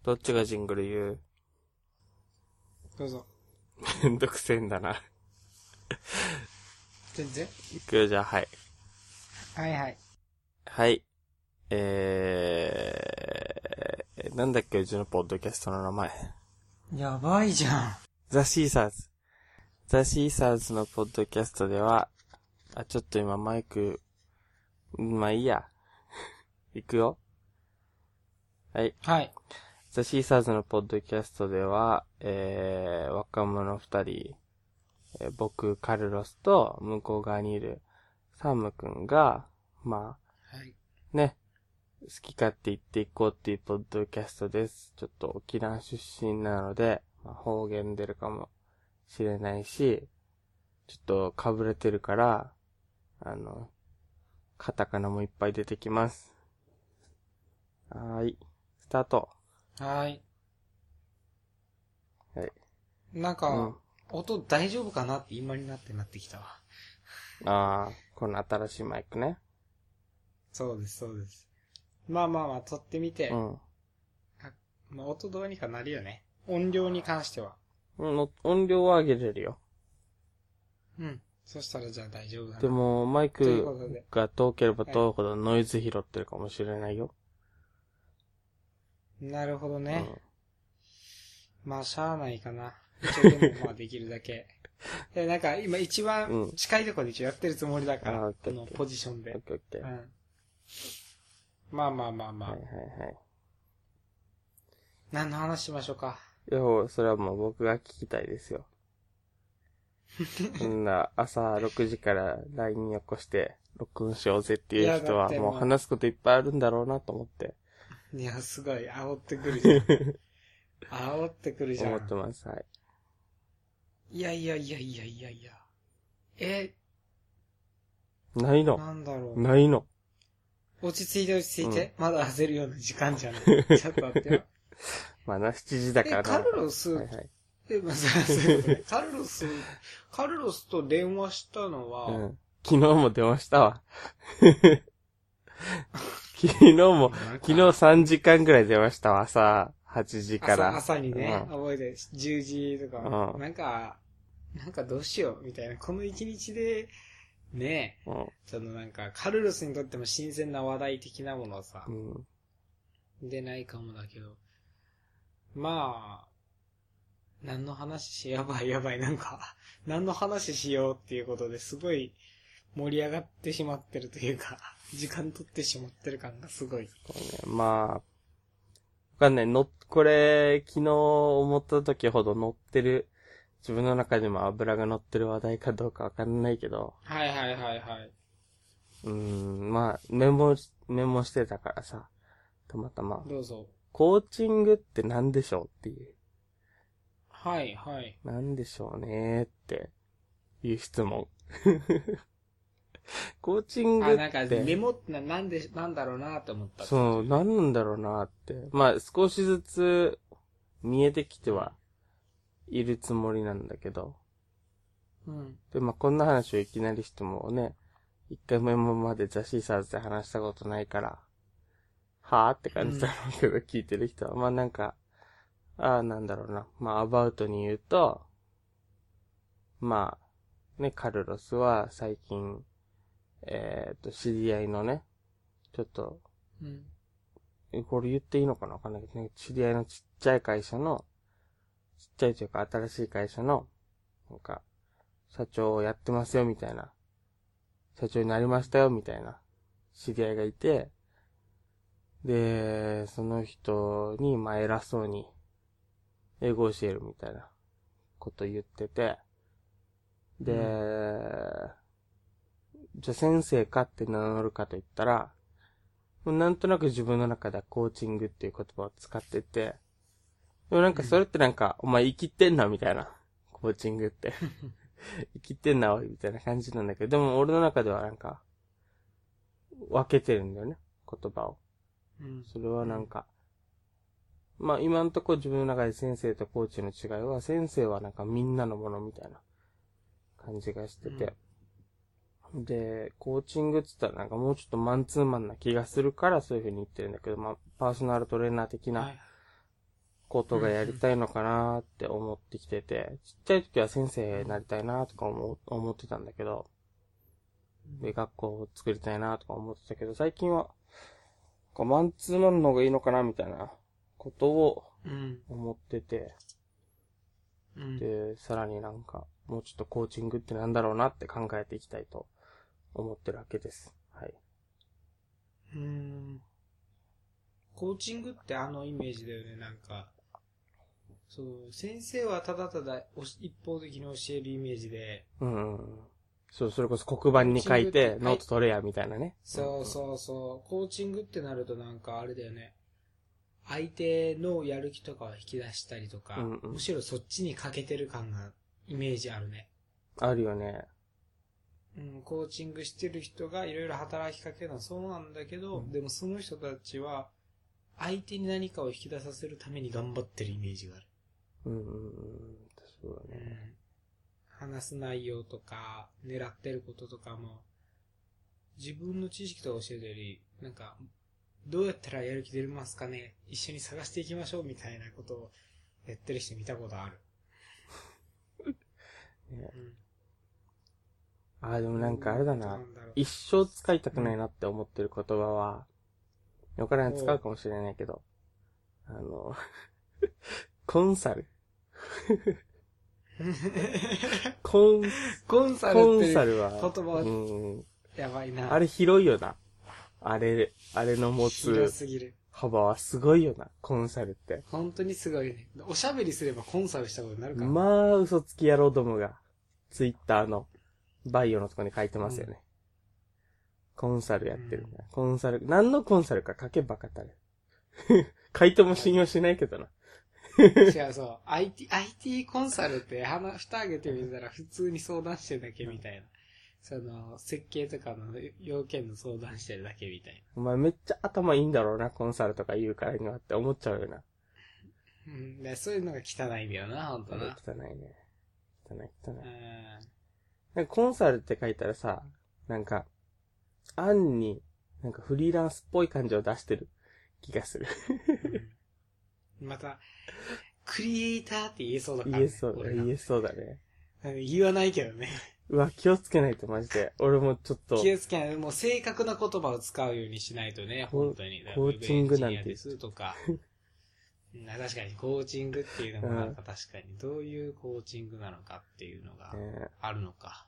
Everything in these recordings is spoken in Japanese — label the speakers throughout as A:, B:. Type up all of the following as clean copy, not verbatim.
A: どっちがジングル言う？
B: どうぞ。
A: めんどくせえんだな。
B: 全然。
A: いくよ、じゃあ、はい。
B: はいはい。
A: はい。なんだっけ、うちのポッドキャストの名前。
B: やばいじゃん。
A: ザ・シーサーズ。ザ・シーサーズのポッドキャストでは、ちょっと今マイク、まあいいや。いくよ。はい。
B: はい。
A: ザ・シーサーズのポッドキャストでは、若者二人、僕、カルロスと向こう側にいるサムくんが、まあ、
B: はい。
A: ね、好き勝手言っていこうっていうポッドキャストです。ちょっと沖縄出身なので、まあ、方言出るかもしれないし、ちょっと被れてるから、カタカナもいっぱい出てきます。はーい。スタート。
B: はい。
A: はい。
B: なんか、音大丈夫かなって今になってきたわ。
A: この新しいマイクね。
B: そうです、そうです。まあ、撮ってみて。まあ、音どうにかなるよね。音量に関しては。
A: 音量は上げれるよ。
B: そしたらじゃあ大丈夫だな。
A: でも、マイクが遠ければ遠いほどノイズ拾ってるかもしれないよ。
B: なるほどね。まあ、しゃあないかな。一応でもまあできるだけ。なんか今一番近いところで一応やってるつもりだから、このポジションで。まあ。はいはいはい。何の話しましょうか。
A: いや、それはもう僕が聞きたいですよ。そんな朝6時から LINE よこして録音しようぜっていう人はもう話すこといっぱいあるんだろうなと思って。
B: いや、すごい煽ってくるじゃん。煽ってくるじゃん。
A: 思ってます、はい。
B: いや。
A: ないの。
B: なんだろう。
A: ないの。
B: 落ち着いて。まだ焦るような時間じゃない。ちょっと待ってよ。
A: まあな、7時だからな。
B: カルロス、
A: はいはい。
B: カルロスと電話したのは、
A: 昨日も電話したわ。昨日3時間ぐらい電話したわ、朝8時から。
B: 朝にね、覚えて、10時とか、なんかどうしよう、みたいな。この1日で、ねそのなんか、カルロスにとっても新鮮な話題的なものをさ、出ないかもだけど、まあ、何の話やばい、なんか、何の話しようっていうことですごい盛り上がってしまってるというか、時間取ってしまってる感がすごい。
A: まあ、わかんない。これ、昨日思った時ほど乗ってる、自分の中でも油が乗ってる話題かどうかわかんないけど。
B: はい。
A: まあ、メモしてたからさ、たまたま。
B: どうぞ。
A: コーチングって何でしょうっていう。
B: はい。
A: 何でしょうねっていう質問。コーチングって。
B: なんかメモってなんだろうなと思った。
A: そう、何なんだろうなって。まあ、少しずつ見えてきてはいるつもりなんだけど。で、まあ、こんな話をいきなりしてもね、一回も今までザ・シーサーズで話したことないから、はぁって感じだろうけど、聞いてる人は。まあなんか、なんだろうな。まあ、アバウトに言うと、まあ、ね、カルロスは最近、知り合いのね、ちょっと、これ言っていいのかなわかんないけどね、知り合いのちっちゃい会社の、ちっちゃいというか新しい会社の、なんか、社長をやってますよみたいな、社長になりましたよみたいな、知り合いがいて、で、その人に、まあ偉そうに、英語を教えるみたいなこと言ってて、で、じゃあ先生かって名乗るかと言ったら、なんとなく自分の中ではコーチングっていう言葉を使ってて、でもなんかそれってなんか、お前生きてんなみたいな、コーチングって。生きてんなおいみたいな感じなんだけど、でも俺の中ではなんか、分けてるんだよね、言葉を。それはなんか、まあ今のところ自分の中で先生とコーチの違いは、先生はなんかみんなのものみたいな感じがしてて。で、コーチングって言ったらなんかもうちょっとマンツーマンな気がするからそういう風に言ってるんだけど、まあパーソナルトレーナー的なことがやりたいのかなって思ってきてて、ちっちゃい時は先生になりたいなとか思ってたんだけど、で、学校を作りたいなとか思ってたけど、最近は、マンツーマンの方がいいのかなみたいなことを思ってて、で、さらになんか、もうちょっとコーチングってなんだろうなって考えていきたいと思ってるわけです。はい。
B: コーチングってあのイメージだよね、なんか。そう、先生はただただ一方的に教えるイメージで。
A: そう、それこそ黒板に書いてノート取れや、みたいなね。
B: そうそうそう。コーチングってなるとなんかあれだよね。相手のやる気とかを引き出したりとか、むしろそっちに欠けてる感がイメージあるね。
A: あるよね。
B: コーチングしてる人がいろいろ働きかけるのはそうなんだけど、でもその人たちは相手に何かを引き出させるために頑張ってるイメージがある。
A: そうだね。
B: 話す内容とか、狙ってることとかも、自分の知識とか教えるより、なんか、どうやったらやる気出ますかね、一緒に探していきましょうみたいなことをやってる人見たことある。
A: ね、でもなんかあれだな。一生使いたくないなって思ってる言葉は、お金使うかもしれないけど、コンサル。コンサルは、
B: 言葉、やばいな。
A: あれ広いよな。あれの持つ幅はすごいよな、コンサルって。
B: 本当にすごいね。おしゃべりすればコンサルしたことになるから。
A: まあ、嘘つき野郎どもが、ツイッターのバイオのとこに書いてますよね。コンサルやってるんだ。コンサル、何のコンサルか書けばかたれ。書いても信用しないけどな。
B: 違う、そう。IT コンサルって蓋開けてみたら普通に相談してるだけみたいな。設計とかの要件の相談してるだけみたいな。
A: お前めっちゃ頭いいんだろうな、コンサルとか言うからにはって思っちゃうよな。
B: でそういうのが汚いんだよな、ほんとな。
A: 汚いね。汚い。なんかコンサルって書いたらさ、なんか、案に、なんかフリーランスっぽい感じを出してる気がする。
B: また、クリエイターって言えそうだから
A: ね。言えそうだね。
B: 言わないけどね。
A: うわ、気をつけないとマジで。俺もちょっと。
B: 気をつけない。もう正確な言葉を使うようにしないとね、本当に。
A: コーチングなんて。
B: ですとか。確かに、コーチングっていうのもなんか確かに、どういうコーチングなのかっていうのがあるのか。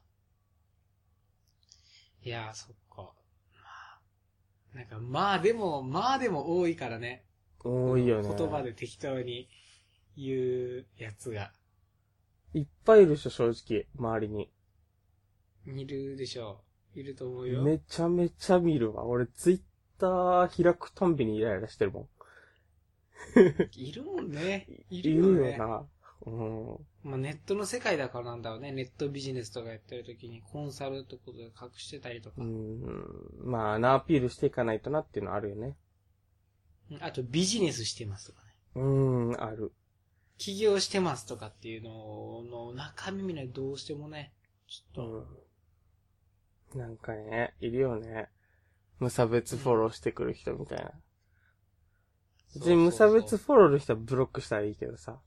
B: いや、そっか。なんか、まあでも多いからね。
A: 多いよね。
B: 言葉で適当に言うやつが。
A: いっぱいいるでしょ、正直、周りに。
B: いるでしょう。いると思うよ。
A: めちゃめちゃ見るわ。俺、ツイッター開くたんびにイライラしてるもん。
B: いるもんね。
A: いるよな。
B: まあネットの世界だからなんだろうね。ネットビジネスとかやってる時にコンサルってことで隠してたりとか。
A: まあ、アピールしていかないとなっていうのはあるよね。
B: あとビジネスしてますとか
A: ね。ある。
B: 起業してますとかっていうのの中身見ないどうしてもね、ちょっ
A: と。なんかね、いるよね。無差別フォローしてくる人みたいな。別に無差別フォローの人はブロックしたらいいけどさ。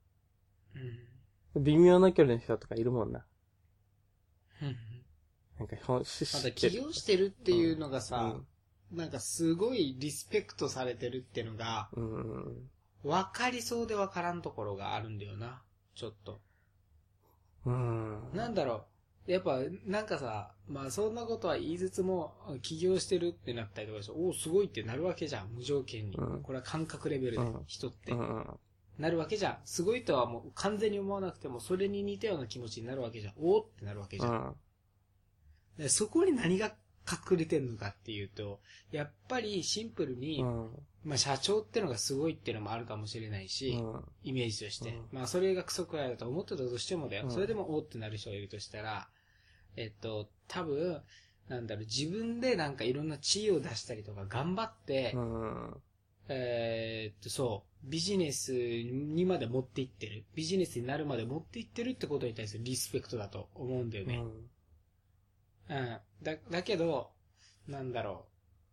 A: 微妙な距離の人とかいるもんな。なんか
B: まだ起業してるっていうのがさ、なんかすごいリスペクトされてるっていうのが、わかりそうでわからんところがあるんだよな。ちょっと。なんだろう。やっぱ、なんかさ、まあそんなことは言いつつも、起業してるってなったりとかして、おお、すごいってなるわけじゃん。無条件に。これは感覚レベルで、人って。なるわけじゃん。すごいとはもう完全に思わなくても、それに似たような気持ちになるわけじゃん。おーってなるわけじゃん。でそこに何が隠れてんのかっていうと、やっぱりシンプルに、まあ社長ってのがすごいってのもあるかもしれないし、イメージとして。まあそれがクソくらいだと思ってたとしてもだよ。それでもおーってなる人がいるとしたら、多分、なんだろう、自分でなんかいろんな知恵を出したりとか頑張って、ビジネスにまで持っていってる。ビジネスになるまで持っていってるってことに対するリスペクトだと思うんだよね。だけど、なんだろ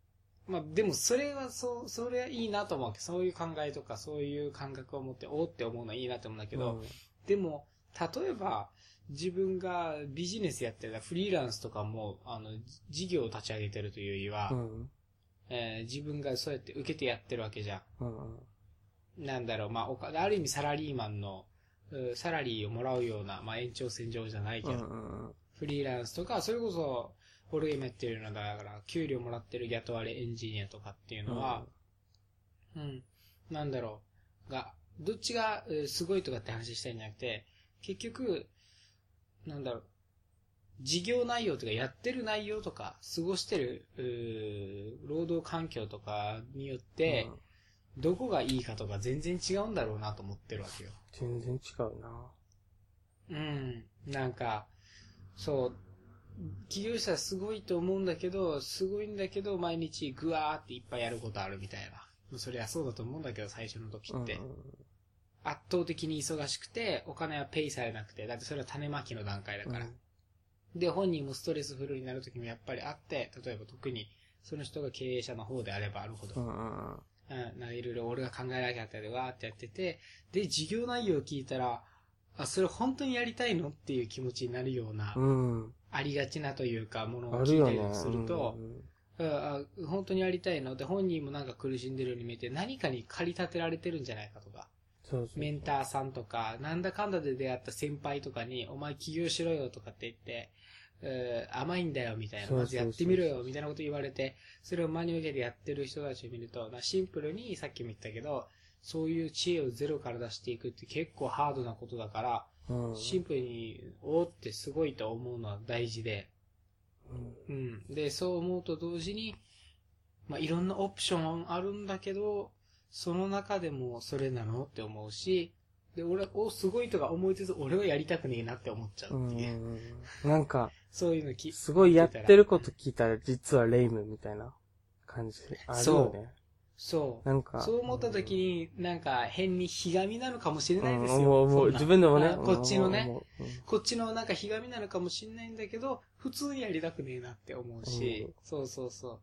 B: まあでもそれはいいなと思うわけ。そういう考えとかそういう感覚を持っておーって思うのはいいなと思うんだけど、でも、例えば自分がビジネスやってたフリーランスとかも、事業を立ち上げてるというよりは、自分がそうやって受けてやってるわけじゃん。なんだろう、まあ、ある意味サラリーマンの、サラリーをもらうような、まあ延長線上じゃないけど、フリーランスとか、それこそ、俺が今やってるような、だから、給料もらってる雇われエンジニアとかっていうのは、なんだろう、どっちがすごいとかって話したいんじゃなくて、結局、なんだろう、事業内容とかやってる内容とか、過ごしてる、労働環境とかによって、どこがいいかとか全然違うんだろうなと思ってるわけよ。
A: 全然違うな。
B: なんか、そう、起業したらすごいと思うんだけど、毎日グワーっていっぱいやることあるみたいな。そりゃそうだと思うんだけど、最初の時って。圧倒的に忙しくて、お金はペイされなくて、だってそれは種まきの段階だから。で、本人もストレスフルになる時もやっぱりあって、例えば特にその人が経営者の方であればあるほど。いろいろ俺が考えなきゃってわーってやってて、で、事業内容を聞いたら、それ本当にやりたいのっていう気持ちになるような、ありがちなというか、ものを聞いたりすると、本当にやりたいので、本人もなんか苦しんでるように見えて、何かに駆り立てられてるんじゃないかとか、メンターさんとか、なんだかんだで出会った先輩とかに、お前起業しろよとかって言って、甘いんだよみたいな、まずやってみろよみたいなこと言われて、それを真に受けてやってる人たちを見ると、シンプルにさっきも言ったけど、そういう知恵をゼロから出していくって結構ハードなことだから、シンプルに、おーってすごいと思うのは大事で、で、そう思うと同時に、まあ、いろんなオプションあるんだけど、その中でもそれなのって思うし、で、すごいとか思いつつ、俺はやりたくねえなって思っちゃうっていう。
A: なんか、
B: そういうの
A: すごいやってること聞いたら、実はレイムみたいな感じあるよね。
B: そう。
A: なんか。
B: そう思った時に、なんか変にひがみなのかもしれないですよ。
A: もう自分でもね。
B: こっちのね。こっちのなんかひがみなのかもしれないんだけど、普通にやりたくねえなって思うし。そうそうそう。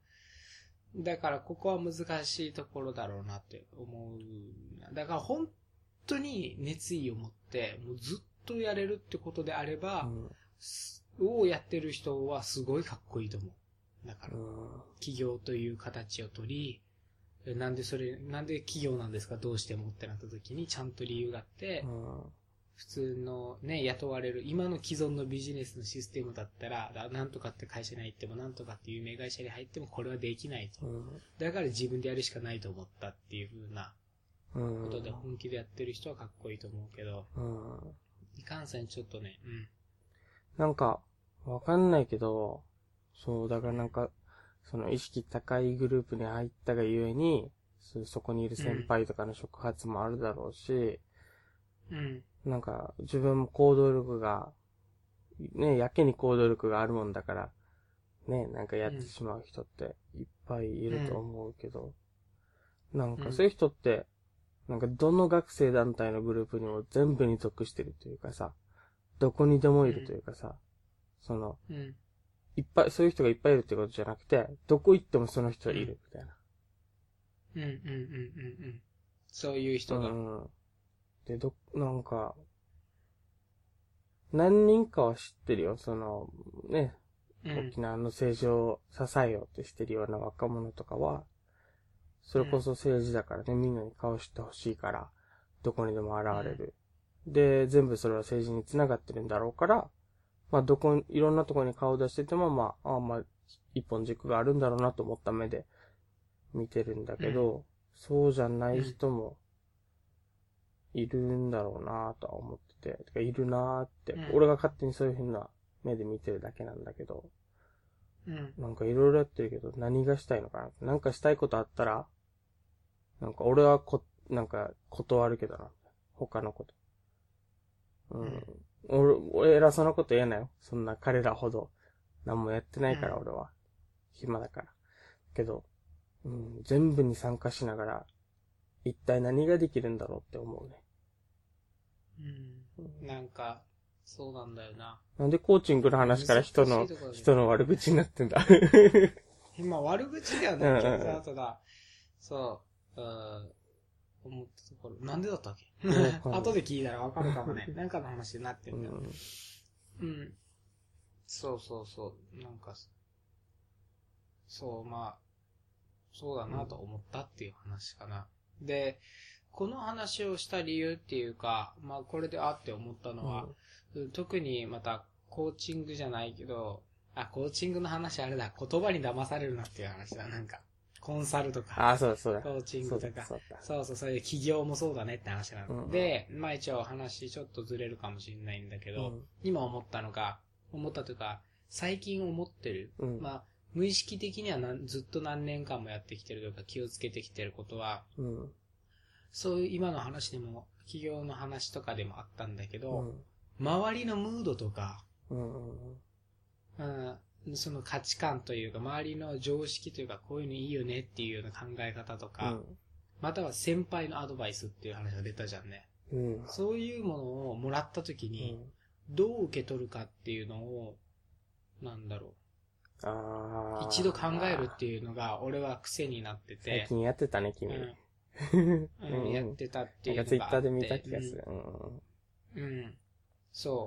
B: だからここは難しいところだろうなって思う。だから本当に熱意を持って、もうずっとやれるってことであれば、をやってる人はすごいかっこいいと思う。だから、起業という形を取り、なんで企業なんですかどうしてもってなった時にちゃんと理由があって、普通のね、雇われる、今の既存のビジネスのシステムだったら、なんとかって会社に入っても、なんとかっていう名会社に入っても、これはできないと。だから自分でやるしかないと思ったっていう風なことで本気でやってる人はかっこいいと思うけど、いかんせんちょっとね、
A: なんか、わかんないけど、そう、だからなんか、その意識高いグループに入ったがゆえに、そこにいる先輩とかの触発もあるだろうし、なんか、自分も行動力が、ね、やけに行動力があるもんだから、ね、なんかやってしまう人っていっぱいいると思うけど、なんかそういう人って、なんかどの学生団体のグループにも全部に属してるというかさ、どこにでもいるというかさ、いっぱい、そういう人がいっぱいいるってことじゃなくて、どこ行ってもその人いるみたいな。
B: そういう人が。
A: で、なんか、何人かは知ってるよ。ね、沖縄の政治を支えようとしてるような若者とかは、それこそ政治だからね、みんなに顔してほしいから、どこにでも現れる。で、全部それは政治に繋がってるんだろうから、まあいろんなところに顔出してても、まあ、一本軸があるんだろうなと思った目で見てるんだけど、そうじゃない人も、いるんだろうなとは思ってて、いるなって、俺が勝手にそういう風な目で見てるだけなんだけど、なんかいろいろやってるけど何がしたいのかな、なんかしたいことあったら、なんか俺はなんか断るけどな、他のこと。俺偉そうなこと言えないよ。そんな彼らほど何もやってないから俺は。暇だから。けど、全部に参加しながら、一体何ができるんだろうって思うね。
B: なんか、そうなんだよな。
A: なんでコーチングの話から人の悪口になってんだ
B: 今悪口ではないけどさ、ただ、そう、思ったところ、なんでだったっけ後で聞いたらわかるかもね。なんかの話になってるんだよ。うん。そうそうそう。なんか、そう、まあ、そうだなと思ったっていう話かな。で、この話をした理由っていうか、まあこれでって思ったのは、特にまたコーチングじゃないけど、コーチングの話あれだ、言葉に騙されるなっていう話だ、なんか。コンサルとか。
A: そうだそうだ。
B: コーチングとか。そう、そういう企業もそうだねって話なの。で、まあ一応話ちょっとずれるかもしれないんだけど、今思ったというか、最近思ってる。まあ、無意識的にはずっと何年間もやってきてるというか気をつけてきてることは、そういう今の話でも、企業の話とかでもあったんだけど、周りのムードとか、その価値観というか、周りの常識というか、こういうのいいよねっていうような考え方とか、または先輩のアドバイスっていう話が出たじゃんね。そういうものをもらった時に、どう受け取るかっていうのを、なんだろう。一度考えるっていうのが、俺は癖になってて。
A: 最近やってたね、君。
B: やってたっていうのがあって。
A: ツイッターで見た気がする。
B: そう。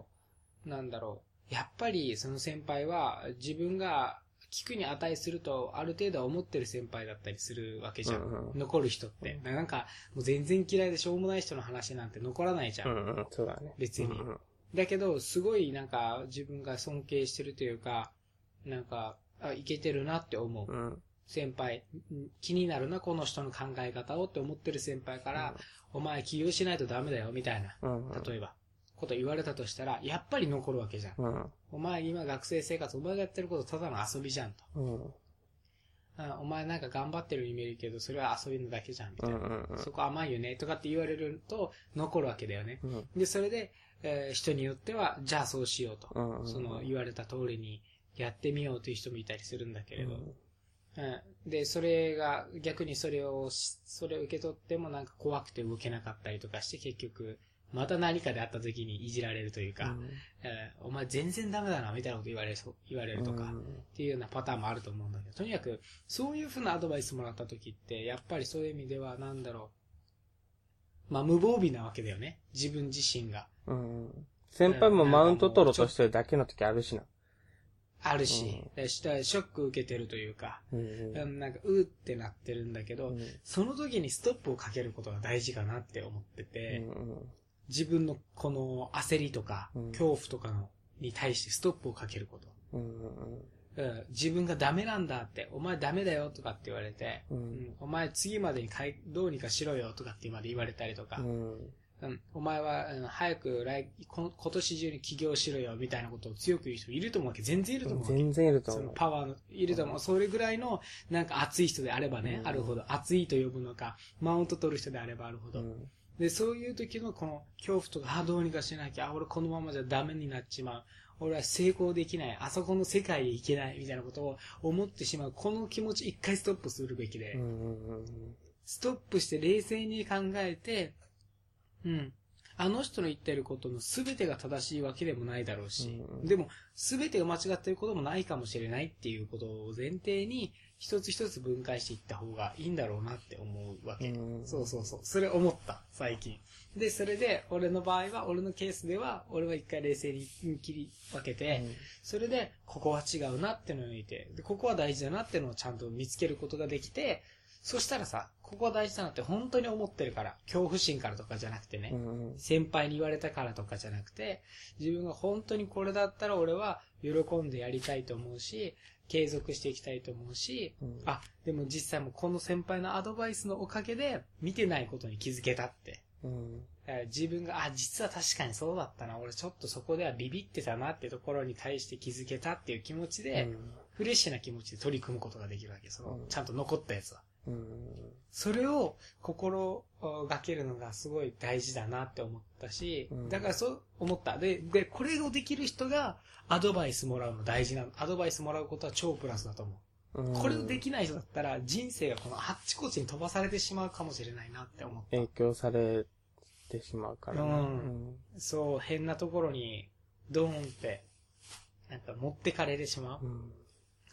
B: なんだろう。やっぱりその先輩は自分が聞くに値するとある程度は思ってる先輩だったりするわけじゃん。残る人って。なんかもう全然嫌いでしょうもない人の話なんて残らないじゃん。
A: そうだね。
B: 別に。だけど、すごいなんか自分が尊敬してるというか、なんか、いけてるなって思う。先輩、気になるな、この人の考え方をって思ってる先輩から、お前起業しないとダメだよ、みたいな。例えば。こと言われたとしたら、やっぱり残るわけじゃん。お前今学生生活、お前がやってることただの遊びじゃんと。お前なんか頑張ってるように見えるけど、それは遊びのだけじゃん、みたいな。そこ甘いよね、とかって言われると、残るわけだよね。で、それで、人によっては、じゃあそうしようと。その言われた通りにやってみようという人もいたりするんだけれど。で、それが、逆にそれを受け取ってもなんか怖くて動けなかったりとかして、結局、また何かで会った時にいじられるというか、お前全然ダメだな、みたいなこと言われるとか、っていうようなパターンもあると思うんだけど、とにかく、そういうふうなアドバイスもらった時って、やっぱりそういう意味では、なんだろう。まあ、無防備なわけだよね。自分自身が。
A: 先輩もマウント取ろうとしてるだけの時あるしな。
B: あるし、ショック受けてるというか、なんか、ってなってるんだけど、その時にストップをかけることが大事かなって思ってて、自分のこの焦りとか、恐怖とかに対してストップをかけること。自分がダメなんだって、お前ダメだよとかって言われて、お前次までにどうにかしろよとかって今で言われたりとか、お前は早く今年中に起業しろよみたいなことを強く言う人いると思うわけ。全然いると思うわけ。
A: 全然いると思う。
B: そのパワーのいると思う。それぐらいのなんか熱い人であればね、あるほど、熱いと呼ぶのか、マウント取る人であればあるほど。で、そういう時のこの恐怖とか、どうにかしなきゃ、俺このままじゃダメになっちまう。俺は成功できない。あそこの世界へ行けない。みたいなことを思ってしまう。この気持ち一回ストップするべきで。ストップして冷静に考えて、あの人の言ってることの全てが正しいわけでもないだろうし、でも全てが間違ってることもないかもしれないっていうことを前提に一つ一つ分解していった方がいいんだろうなって思うわけ。そう。それ思った、最近。で、それで俺の場合は、俺のケースでは、俺は一回冷静に切り分けて、それで、ここは違うなってのを見て、で、ここは大事だなってのをちゃんと見つけることができて、そしたらさ、ここは大事だなって本当に思ってるから、恐怖心からとかじゃなくてね、先輩に言われたからとかじゃなくて、自分が本当にこれだったら俺は喜んでやりたいと思うし、継続していきたいと思うし、でも実際もこの先輩のアドバイスのおかげで見てないことに気づけたって。自分が、実は確かにそうだったな、俺ちょっとそこではビビってたなってところに対して気づけたっていう気持ちで、フレッシュな気持ちで取り組むことができるわけ。ちゃんと残ったやつは。それを心がけるのがすごい大事だなって思ったし、だからそう思った。で、これをできる人がアドバイスもらうの大事なの。アドバイスもらうことは超プラスだと思う。これをできない人だったら人生がこのあっちこっちに飛ばされてしまうかもしれないなって思った。
A: 影響されてしまうからね。
B: そう、変なところにドーンってなんか持ってかれてしまう。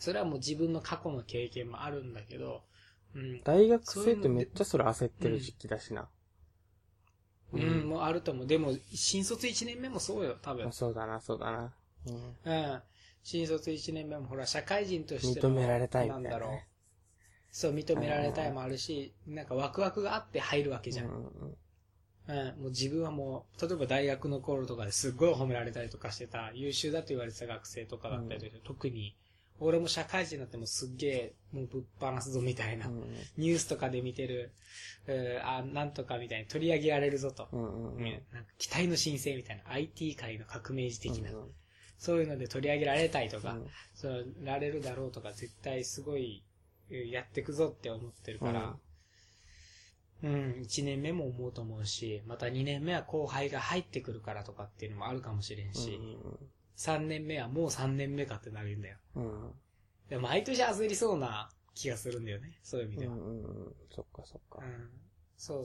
B: それはもう自分の過去の経験もあるんだけど、うん。
A: 大学生ってめっちゃそれ焦ってる時期だしな。
B: もうあると思う。でも、新卒1年目もそうよ、多分。
A: そうだな。
B: うん。新卒1年目もほら、社会人として
A: の認められたいみ
B: たいな。なんだろう。そう、認められたいもあるし、なんかワクワクがあって入るわけじゃん。もう自分はもう、例えば大学の頃とかですっごい褒められたりとかしてた、優秀だと言われてた学生とかだったりとか、特に、俺も社会人になってもすっげえ、もうぶっ放すぞみたいな、ニュースとかで見てる、なんとかみたいに取り上げられるぞと。なんか期待の申請みたいな、IT 界の革命児的な、そういうので取り上げられたいとか、そうられるだろうとか、絶対すごい、やってくぞって思ってるから、1年目も思うと思うし、また2年目は後輩が入ってくるからとかっていうのもあるかもしれんし、3年目はもう3年目かってなるんだよ。でも毎年焦りそうな気がするんだよね、そういう意味では。
A: そっか。
B: そう。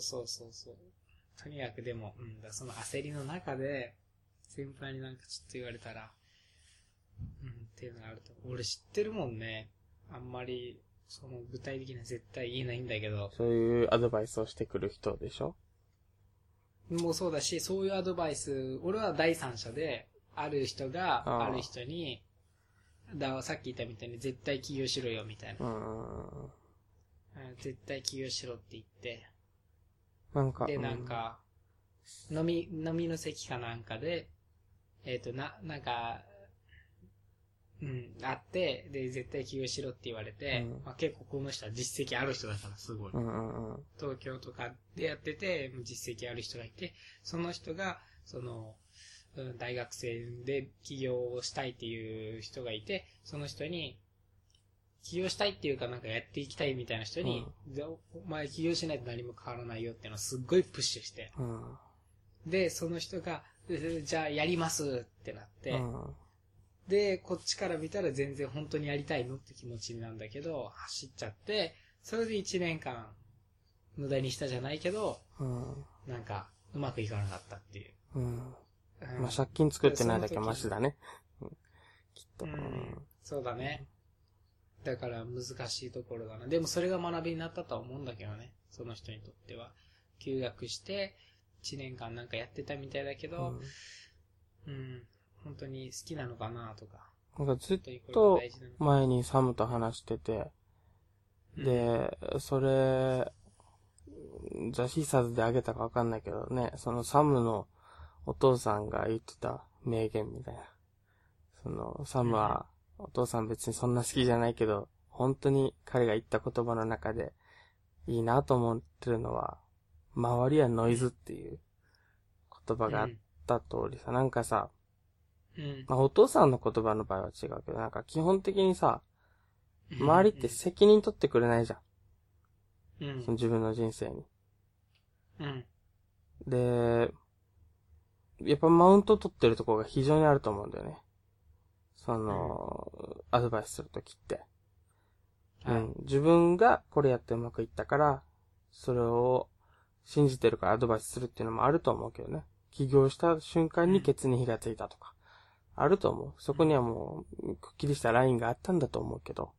B: とにかくでも、その焦りの中で、先輩になんかちょっと言われたら、っていうのがあると。俺知ってるもんね。あんまり、その具体的には絶対言えないんだけど。
A: そういうアドバイスをしてくる人でしょ？
B: もうそうだし、そういうアドバイス、俺は第三者で、ある人が、ある人に、さっき言ったみたいに絶対起業しろよみたいな。絶対起業しろって言って。で、なんか、飲みの席かなんかで、なんか、あって、で、絶対起業しろって言われて、結構この人は実績ある人だからすごい。東京とかでやってて、実績ある人がいて、その人が、大学生で起業をしたいっていう人がいて、その人に、起業したいっていうかなんかやっていきたいみたいな人に、お前起業しないと何も変わらないよっていうのをすっごいプッシュして、で、その人が、じゃあやりますってなって、で、こっちから見たら全然本当にやりたいのって気持ちなんだけど、走っちゃって、それで1年間無駄にしたじゃないけど、なんかうまくいかなかったっていう。
A: まあ、借金作ってないだけマシだね。きっと。
B: そうだね。だから難しいところだな。でもそれが学びになったとは思うんだけどね。その人にとっては。休学して、1年間なんかやってたみたいだけど、本当に好きなのかなとか。
A: なんかずっと前にサムと話してて、で、それ、ザ・シーサーズであげたかわかんないけどね、そのサムのお父さんが言ってた名言みたいな。サムは、お父さん別にそんな好きじゃないけど、本当に彼が言った言葉の中でいいなと思ってるのは、周りはノイズっていう言葉があった通りさ、なんかさ、まあお父さんの言葉の場合は違うけど、なんか基本的にさ、周りって責任取ってくれないじゃん。その自分の人生に。で、やっぱマウント取ってるところが非常にあると思うんだよね。アドバイスするときって。自分がこれやってうまくいったから、それを信じてるからアドバイスするっていうのもあると思うけどね。起業した瞬間にケツに火がついたとか。あると思う。そこにはもう、くっきりしたラインがあったんだと思うけど。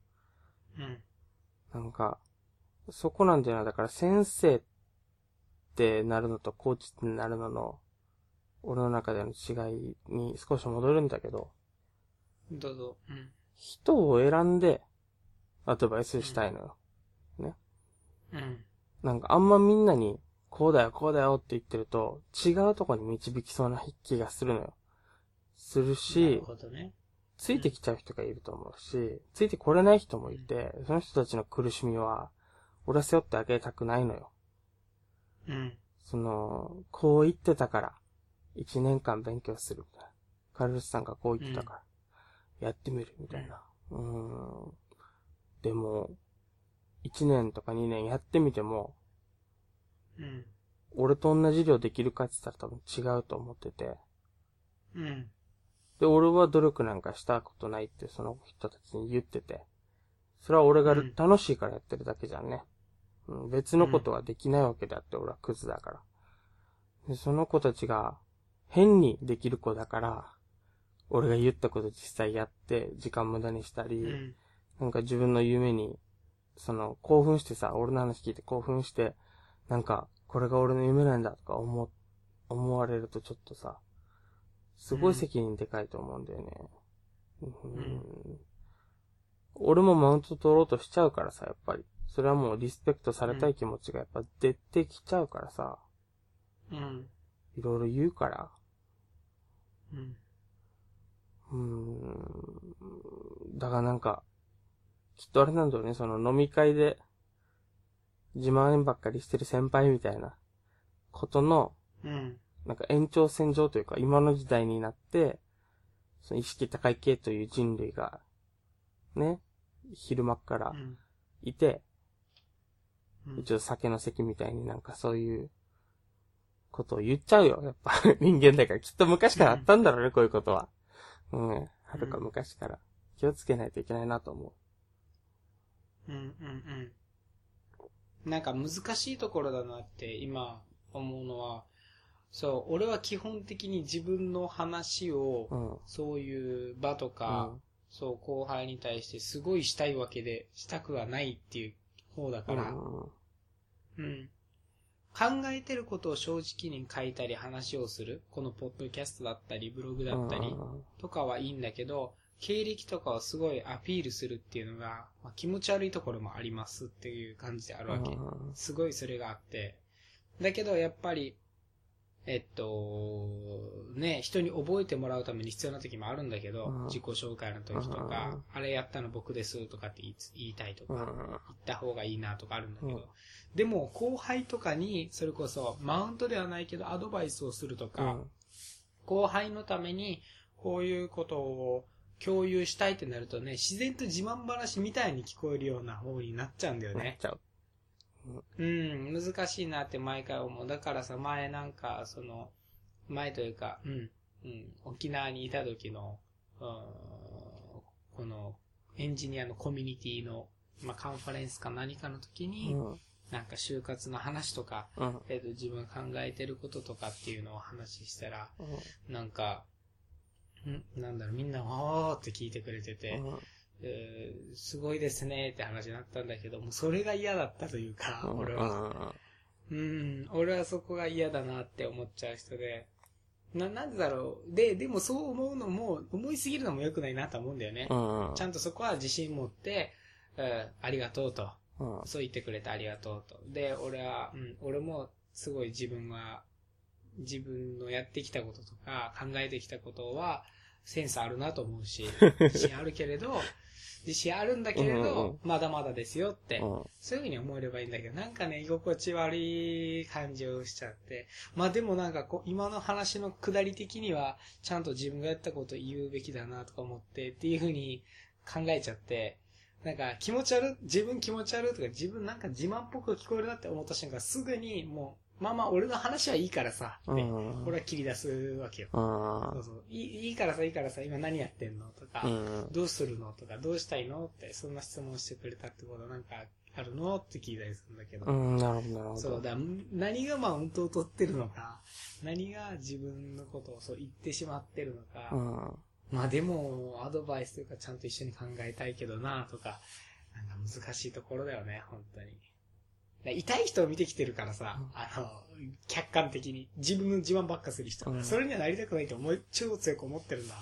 A: なんか、そこなんだよな。だから先生ってなるのとコーチってなるのの、俺の中での違いに少し戻るんだけど。
B: どうぞ。
A: 人を選んでアドバイスしたいのよ。ね。なんかあんまみんなに、こうだよ、こうだよって言ってると、違うとこに導きそうな気がするのよ。するし、
B: なるほどね。
A: ついてきちゃう人がいると思うし、ついてこれない人もいて、その人たちの苦しみは、俺は背負ってあげたくないのよ。こう言ってたから、1年間勉強するみたいな。カルロスさんがこう言ってたから、やってみるみたいな。でも、1年とか2年やってみても、俺と同じ量できるかって言ったら多分違うと思ってて、で、俺は努力なんかしたことないってその人たちに言ってて、それは俺が楽しいからやってるだけじゃんね。別のことはできないわけであって、俺はクズだから。で、その子たちが変にできる子だから、 俺が言ったこと実際やって、時間無駄にしたり、なんか自分の夢に、興奮してさ、俺の話聞いて興奮して、なんか、これが俺の夢なんだとか思われるとちょっとさ、すごい責任でかいと思うんだよね。俺もマウント取ろうとしちゃうからさ、やっぱり。それはもうリスペクトされたい気持ちがやっぱ出てきちゃうからさ。いろいろ言うから。だからなんか、きっとあれなんだよね、飲み会で、自慢ばっかりしてる先輩みたいなことの、なんか延長線上というか、今の時代になって、意識高い系という人類が、ね、昼間っからいて、一応酒の席みたいになんかそういうことを言っちゃうよ。やっぱ人間だからきっと昔からあったんだろうね、こういうことは。はるか昔から。気をつけないといけないなと思
B: う。なんか難しいところだなって今思うのは、そう、俺は基本的に自分の話を、そういう場とか、そう、後輩に対してすごいしたいわけで、したくはないっていう方だから、考えてることを正直に書いたり話をする、このポッドキャストだったり、ブログだったり、とかはいいんだけど、経歴とかをすごいアピールするっていうのが、気持ち悪いところもありますっていう感じであるわけ。すごいそれがあって。だけど、やっぱり、人に覚えてもらうために必要な時もあるんだけど、自己紹介の時とか、あれやったの僕ですとかって言いたいとか、言った方がいいなとかあるんだけど、でも後輩とかにそれこそマウントではないけどアドバイスをするとか、後輩のためにこういうことを共有したいってなるとね、自然と自慢話みたいに聞こえるような方になっちゃうんだよね。
A: なっちゃう。
B: 難しいなって毎回思う。だからさ、前なんか、前というか、沖縄にいた時の、この、エンジニアのコミュニティの、カンファレンスか何かの時に、なんか就活の話とか、自分考えてることとかっていうのを話したら、なんか、なんだろう、みんな、おーって聞いてくれてて、すごいですねって話になったんだけど、もうそれが嫌だったというか、俺は。俺はそこが嫌だなって思っちゃう人で、なんでだろう。でもそう思うのも、思いすぎるのも良くないなと思うんだよね。ちゃんとそこは自信持って、ありがとうと。そう言ってくれてありがとうと。で、俺もすごい自分のやってきたこととか考えてきたことはセンスあるなと思うし、自信あるんだけれど、まだまだですよって、そういうふうに思えればいいんだけど、なんかね、居心地悪い感じをしちゃって。でもなんか今の話の下り的には、ちゃんと自分がやったことを言うべきだなとか思ってっていうふうに考えちゃって、なんか自分気持ち悪いとか自分なんか自慢っぽく聞こえるなって思った瞬間すぐにもう、俺の話はいいからさ、って、俺は切り出すわけよ。そうそう。いいからさ、今何やってんのとか、どうするのとか、どうしたいのって、そんな質問してくれたってことなんかあるのって聞いたりするんだけど。
A: なるほど。
B: そうだ、何がマウントを取ってるのか、何が自分のことをそう言ってしまってるのか、でも、アドバイスというかちゃんと一緒に考えたいけどなとか、なんか難しいところだよね、本当に。痛い人を見てきてるからさ、客観的に。自分の自慢ばっかする人。それにはなりたくないと超強く思ってるんだ。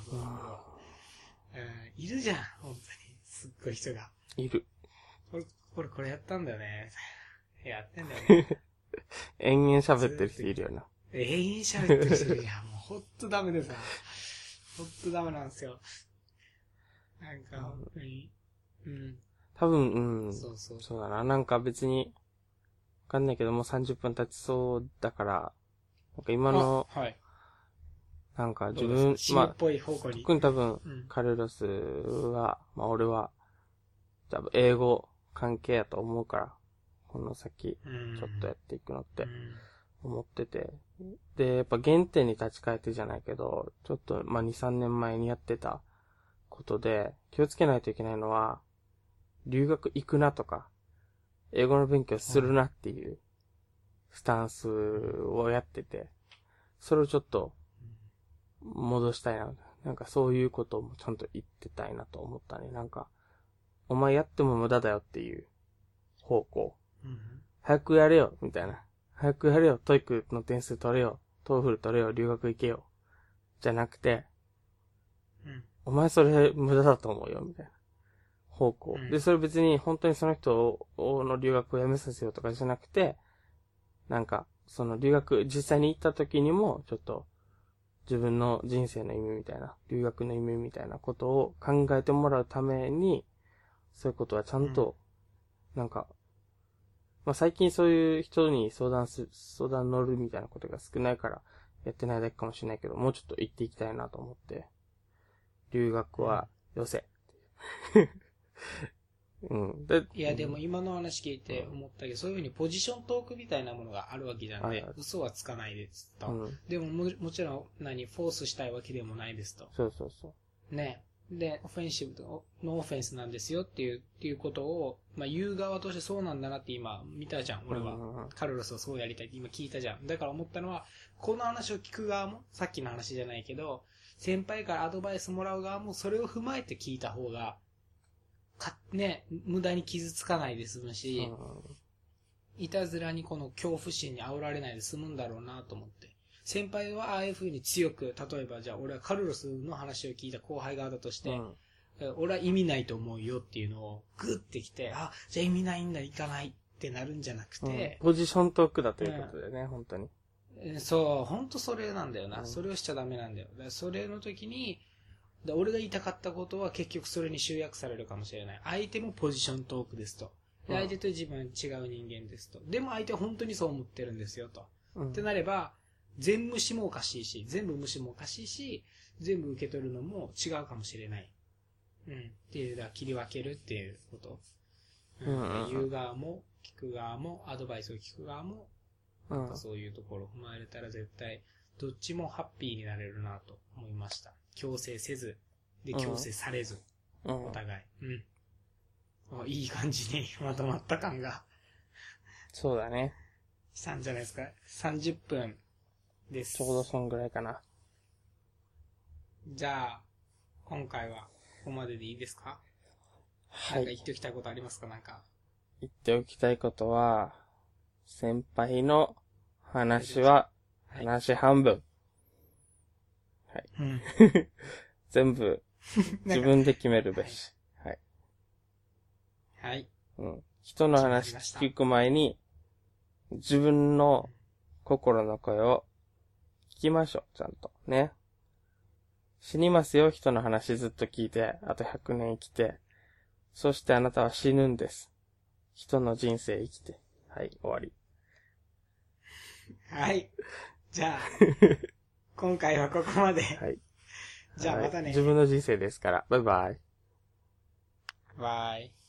B: いるじゃん、本当に。すっごい人が。
A: いる。
B: これやったんだよね。やってんだよね。
A: 延々喋ってる人いるよな。
B: 延々喋ってる人いる。いや、もうほんとダメですよ。ほんとダメなんですよ。なんか、本当に。
A: 多分、そうだな。なんか別に、わかんないけどもう30分経ちそうだから、なんか今の、なんか自分、特に多分、カルロスは、俺は、多分英語関係やと思うから、この先、ちょっとやっていくのって思ってて。で、やっぱ原点に立ち返ってじゃないけど、ちょっと、2、3年前にやってたことで、気をつけないといけないのは、留学行くなとか、英語の勉強するなっていうスタンスをやってて、それをちょっと戻したいな。 なんかそういうこともちゃんと言ってたいなと思ったね。なんか、お前やっても無駄だよっていう方向。早くやれよ、みたいな。早くやれよ、トイックの点数取れよ、トーフル取れよ、留学行けよ。じゃなくて、お前それ無駄だと思うよ、みたいな方向。で、それ別に本当にその人の留学をやめさせようとかじゃなくて、なんか、その留学、実際に行った時にも、ちょっと、自分の人生の意味みたいな、留学の意味みたいなことを考えてもらうために、そういうことはちゃんと、なんか、まあ、最近そういう人に相談乗るみたいなことが少ないから、やってないだけかもしれないけど、もうちょっと行っていきたいなと思って、留学はよせ。うん。
B: いや、でも今の話聞いて思ったけど、そういうふうにポジショントークみたいなものがあるわけじゃない。嘘はつかないですと。でももちろん、フォースしたいわけでもないですと。
A: そうそうそう。
B: ね。で、オフェンシブとノーオフェンスなんですよっていうことを、まあ言う側としてそうなんだなって今見たじゃん、俺は。カルロスをそうやりたいって今聞いたじゃん。だから思ったのは、この話を聞く側も、さっきの話じゃないけど、先輩からアドバイスもらう側もそれを踏まえて聞いた方が、ね、無駄に傷つかないで済むし、いたずらにこの恐怖心に煽られないで済むんだろうなと思って。先輩はああいう風に強く、例えばじゃあ俺はカルロスの話を聞いた後輩側だとして、俺は意味ないと思うよっていうのをグッてきて、あ、じゃあ意味ないんだ、行かないってなるんじゃなくて、
A: ポジショントークだということでね、本当に。
B: そう、本当それなんだよな。それをしちゃダメなんだよ。だからそれの時に、俺が言いたかったことは結局それに集約されるかもしれない。相手もポジショントークですと。で相手と自分は違う人間ですと。でも相手は本当にそう思ってるんですよと。ってなれば、全無視もおかしいし、全部無視もおかしいし、全部受け取るのも違うかもしれない。っていう、だから切り分けるっていうこと。言う側も、聞く側も、アドバイスを聞く側も、そういうところを踏まえれたら絶対、どっちもハッピーになれるなと思いました。強制せず、で、強制されず、お互い。いい感じにまとまった感が。
A: そうだね。
B: したんじゃないですか。30分です。
A: ちょうどそんぐらいかな。
B: じゃあ、今回はここまででいいですか？はい。なんか言っておきたいことありますか？なんか。
A: 言っておきたいことは、先輩の話は、話半分。はい。全部、自分で決めるべし。はい。
B: はい。
A: 人の話聞く前に、自分の心の声を聞きましょう、ちゃんと。ね。死にますよ、人の話ずっと聞いて、あと100年生きて。そしてあなたは死ぬんです。人の人生生きて。はい、終わり。
B: はい。じゃあ、今回はここまで。
A: はい。
B: じゃあまたね。
A: 自分の人生ですから。バイバイ。
B: バイ。